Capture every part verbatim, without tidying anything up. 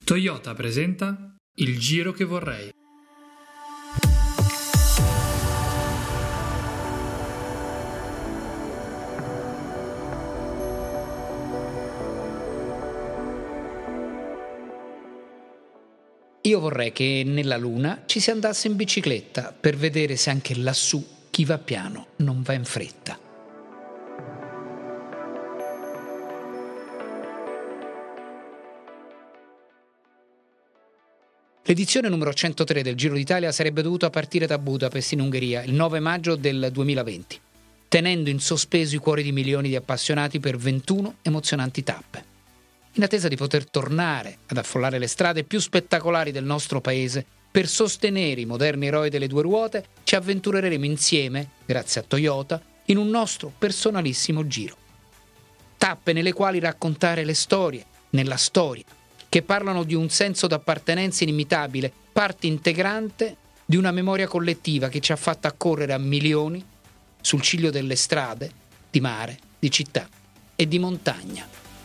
Toyota presenta Il giro che vorrei. Io vorrei che nella Luna ci si andasse in bicicletta per vedere se anche lassù chi va piano non va in fretta. L'edizione numero centotré del Giro d'Italia sarebbe dovuta partire da Budapest in Ungheria il nove maggio del duemilaventi, tenendo in sospeso i cuori di milioni di appassionati per ventuno emozionanti tappe. In attesa di poter tornare ad affollare le strade più spettacolari del nostro paese, per sostenere i moderni eroi delle due ruote, ci avventureremo insieme, grazie a Toyota, in un nostro personalissimo giro. Tappe nelle quali raccontare le storie, nella storia, che parlano di un senso d'appartenenza inimitabile, parte integrante di una memoria collettiva che ci ha fatto accorrere a milioni sul ciglio delle strade, di mare, di città e di montagna.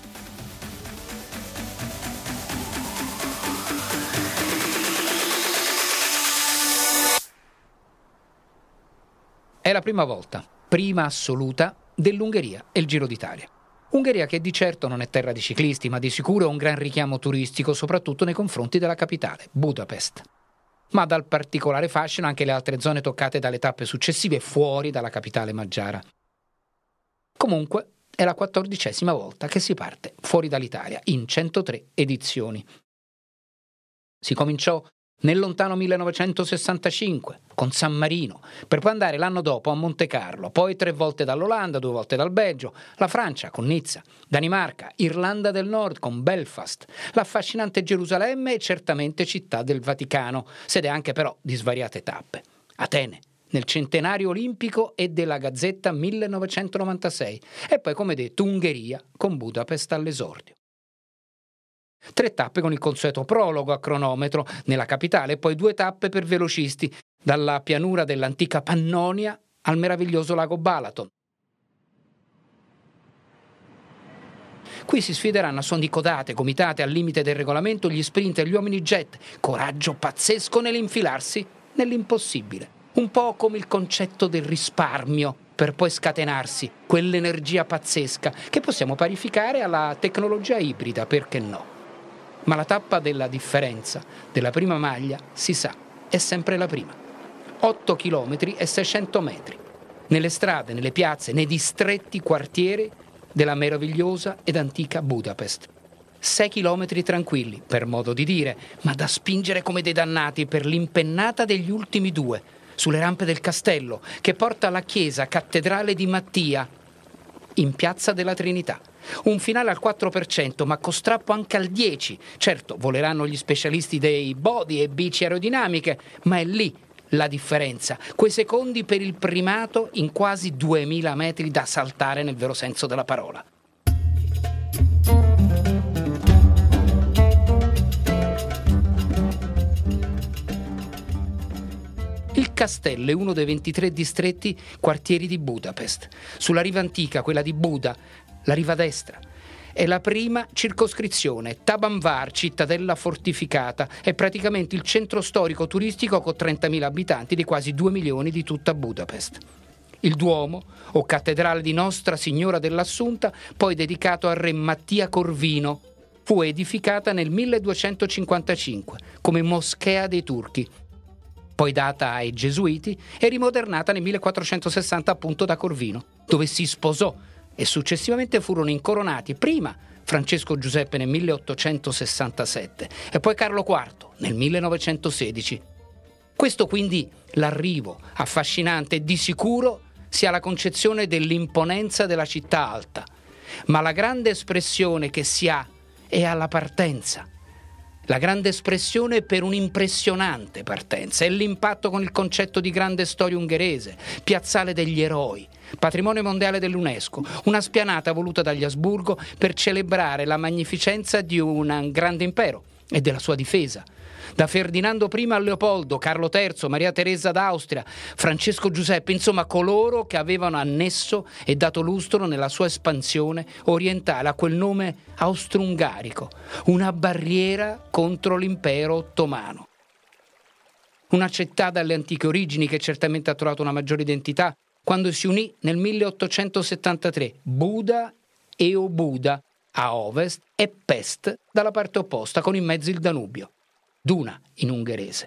È la prima volta, prima assoluta, dell'Ungheria e il Giro d'Italia. Ungheria che di certo non è terra di ciclisti, ma di sicuro ha un gran richiamo turistico, soprattutto nei confronti della capitale, Budapest. Ma dal particolare fascino anche le altre zone toccate dalle tappe successive fuori dalla capitale magiara. Comunque, è la quattordicesima volta che si parte fuori dall'Italia, in centotré edizioni. Si cominciò nel lontano millenovecentosessantacinque, con San Marino, per poi andare l'anno dopo a Montecarlo, poi tre volte dall'Olanda, due volte dal Belgio, la Francia con Nizza, Danimarca, Irlanda del Nord con Belfast, l'affascinante Gerusalemme e certamente Città del Vaticano, sede anche però di svariate tappe. Atene, nel centenario olimpico e della Gazzetta millenovecentonovantasei, e poi come detto Ungheria con Budapest all'esordio. Tre tappe con il consueto prologo a cronometro nella capitale e poi due tappe per velocisti, dalla pianura dell'antica Pannonia al meraviglioso lago Balaton. Qui si sfideranno a suon di codate, gomitate al limite del regolamento gli sprint e gli uomini jet, coraggio pazzesco nell'infilarsi nell'impossibile. Un po' come il concetto del risparmio, per poi scatenarsi, quell'energia pazzesca che possiamo parificare alla tecnologia ibrida, perché no? Ma la tappa della differenza, della prima maglia, si sa, è sempre la prima. otto chilometri e seicento metri. Nelle strade, nelle piazze, nei distretti quartieri della meravigliosa ed antica Budapest. sei chilometri tranquilli, per modo di dire, ma da spingere come dei dannati per l'impennata degli ultimi due, sulle rampe del castello, che porta alla chiesa cattedrale di Mattia, in Piazza della Trinità. Un finale al quattro per cento, ma con strappo anche al dieci per cento. Certo, voleranno gli specialisti dei body e bici aerodinamiche, ma è lì la differenza. Quei secondi per il primato in quasi duemila metri da saltare nel vero senso della parola. Il castello è uno dei ventitré distretti quartieri di Budapest. Sulla riva antica, quella di Buda, la riva destra. È la prima circoscrizione, Tabanvar, cittadella fortificata, è praticamente il centro storico turistico con trentamila abitanti di quasi due milioni di tutta Budapest. Il Duomo, o cattedrale di Nostra Signora dell'Assunta, poi dedicato al re Mattia Corvino, fu edificata nel milleduecentocinquantacinque come moschea dei turchi, poi data ai Gesuiti e rimodernata nel millequattrocentosessanta appunto da Corvino, dove si sposò e successivamente furono incoronati prima Francesco Giuseppe nel milleottocentosessantasette e poi Carlo quarto nel millenovecentosedici. Questo quindi l'arrivo affascinante e di sicuro sia la concezione dell'imponenza della città alta, ma la grande espressione che si ha è alla partenza. La grande espressione per un'impressionante partenza è l'impatto con il concetto di grande storia ungherese, piazzale degli eroi, patrimonio mondiale dell'UNESCO, una spianata voluta dagli Asburgo per celebrare la magnificenza di un grande impero, e della sua difesa. Da Ferdinando primo a Leopoldo, Carlo terzo, Maria Teresa d'Austria, Francesco Giuseppe, insomma coloro che avevano annesso e dato lustro nella sua espansione orientale a quel nome austro-ungarico, una barriera contro l'impero ottomano. Una città dalle antiche origini che certamente ha trovato una maggiore identità quando si unì nel milleottocentosettantatré Buda e Obuda a ovest e Pest dalla parte opposta, con in mezzo il Danubio. Duna in ungherese.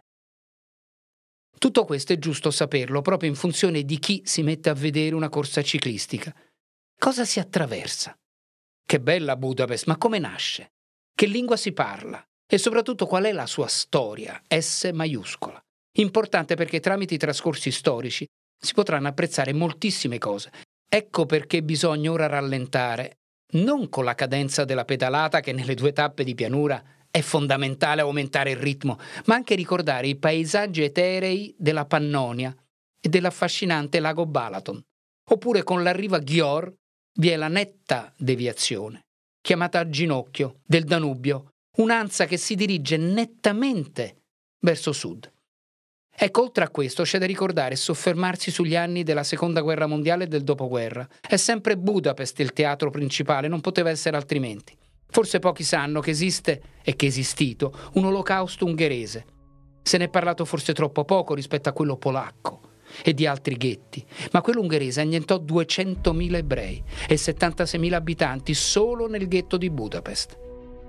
Tutto questo è giusto saperlo proprio in funzione di chi si mette a vedere una corsa ciclistica. Cosa si attraversa? Che bella Budapest, ma come nasce? Che lingua si parla? E soprattutto qual è la sua storia, S maiuscola? Importante perché tramite i trascorsi storici si potranno apprezzare moltissime cose. Ecco perché bisogna ora rallentare, non con la cadenza della pedalata che nelle due tappe di pianura è fondamentale aumentare il ritmo, ma anche ricordare i paesaggi eterei della Pannonia e dell'affascinante lago Balaton. Oppure con l'arrivo a Győr vi è la netta deviazione, chiamata a ginocchio, del Danubio, un'ansa che si dirige nettamente verso sud. Ecco, oltre a questo c'è da ricordare e soffermarsi sugli anni della Seconda Guerra Mondiale e del dopoguerra. È sempre Budapest il teatro principale, non poteva essere altrimenti. Forse pochi sanno che esiste, e che è esistito, un olocausto ungherese. Se ne è parlato forse troppo poco rispetto a quello polacco e di altri ghetti, ma quello ungherese annientò duecentomila ebrei e settantaseimila abitanti solo nel ghetto di Budapest.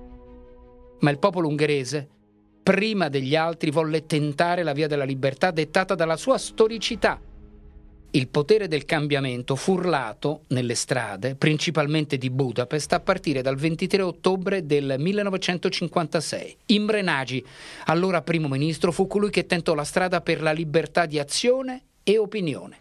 Ma il popolo ungherese, prima degli altri, volle tentare la via della libertà dettata dalla sua storicità. Il potere del cambiamento fu urlato nelle strade, principalmente di Budapest, a partire dal ventitré ottobre del millenovecentocinquantasei. Imre Nagy, allora primo ministro, fu colui che tentò la strada per la libertà di azione e opinione.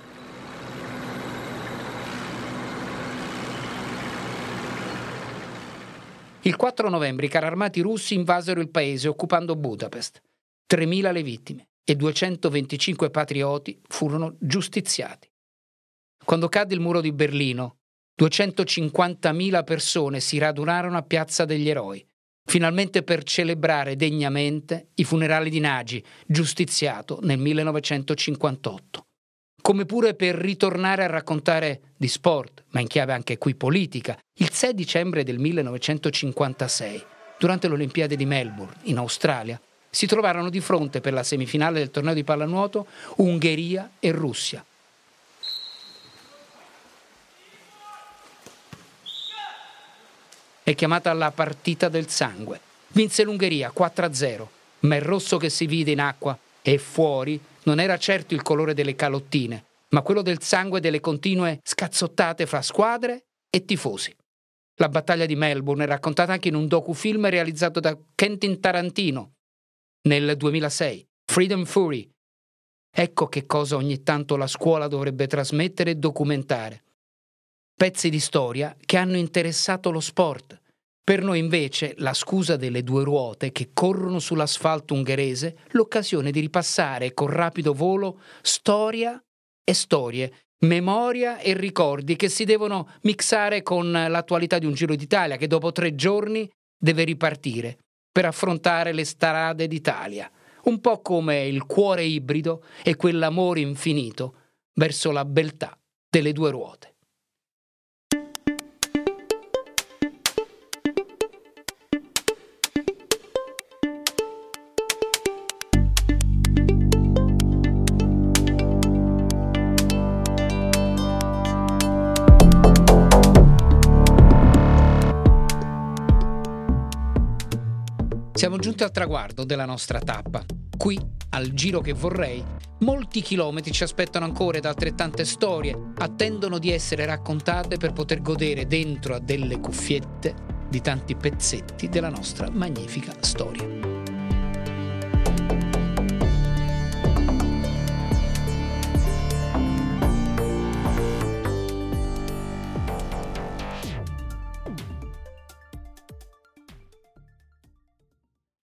Il quattro novembre i carri armati russi invasero il paese occupando Budapest. tremila le vittime e duecentoventicinque patrioti furono giustiziati. Quando cadde il muro di Berlino, duecentocinquantamila persone si radunarono a Piazza degli Eroi, finalmente per celebrare degnamente i funerali di Nagy, giustiziato nel millenovecentocinquantotto. Come pure per ritornare a raccontare di sport, ma in chiave anche qui politica, il sei dicembre del millenovecentocinquantasei, durante le Olimpiadi di Melbourne, in Australia, si trovarono di fronte per la semifinale del torneo di pallanuoto Ungheria e Russia. È chiamata la partita del sangue. Vinse l'Ungheria quattro a zero, ma il rosso che si vide in acqua e fuori non era certo il colore delle calottine, ma quello del sangue e delle continue scazzottate fra squadre e tifosi. La battaglia di Melbourne è raccontata anche in un docufilm realizzato da Quentin Tarantino nel duemilasei, Freedom Fury. Ecco che cosa ogni tanto la scuola dovrebbe trasmettere e documentare. Pezzi di storia che hanno interessato lo sport. Per noi invece la scusa delle due ruote che corrono sull'asfalto ungherese, l'occasione di ripassare con rapido volo storia e storie, memoria e ricordi che si devono mixare con l'attualità di un Giro d'Italia che dopo tre giorni deve ripartire per affrontare le strade d'Italia, un po' come il cuore ibrido e quell'amore infinito verso la beltà delle due ruote. Siamo giunti al traguardo della nostra tappa. Qui, al Giro che vorrei, molti chilometri ci aspettano ancora ed altrettante storie attendono di essere raccontate per poter godere dentro a delle cuffiette di tanti pezzetti della nostra magnifica storia.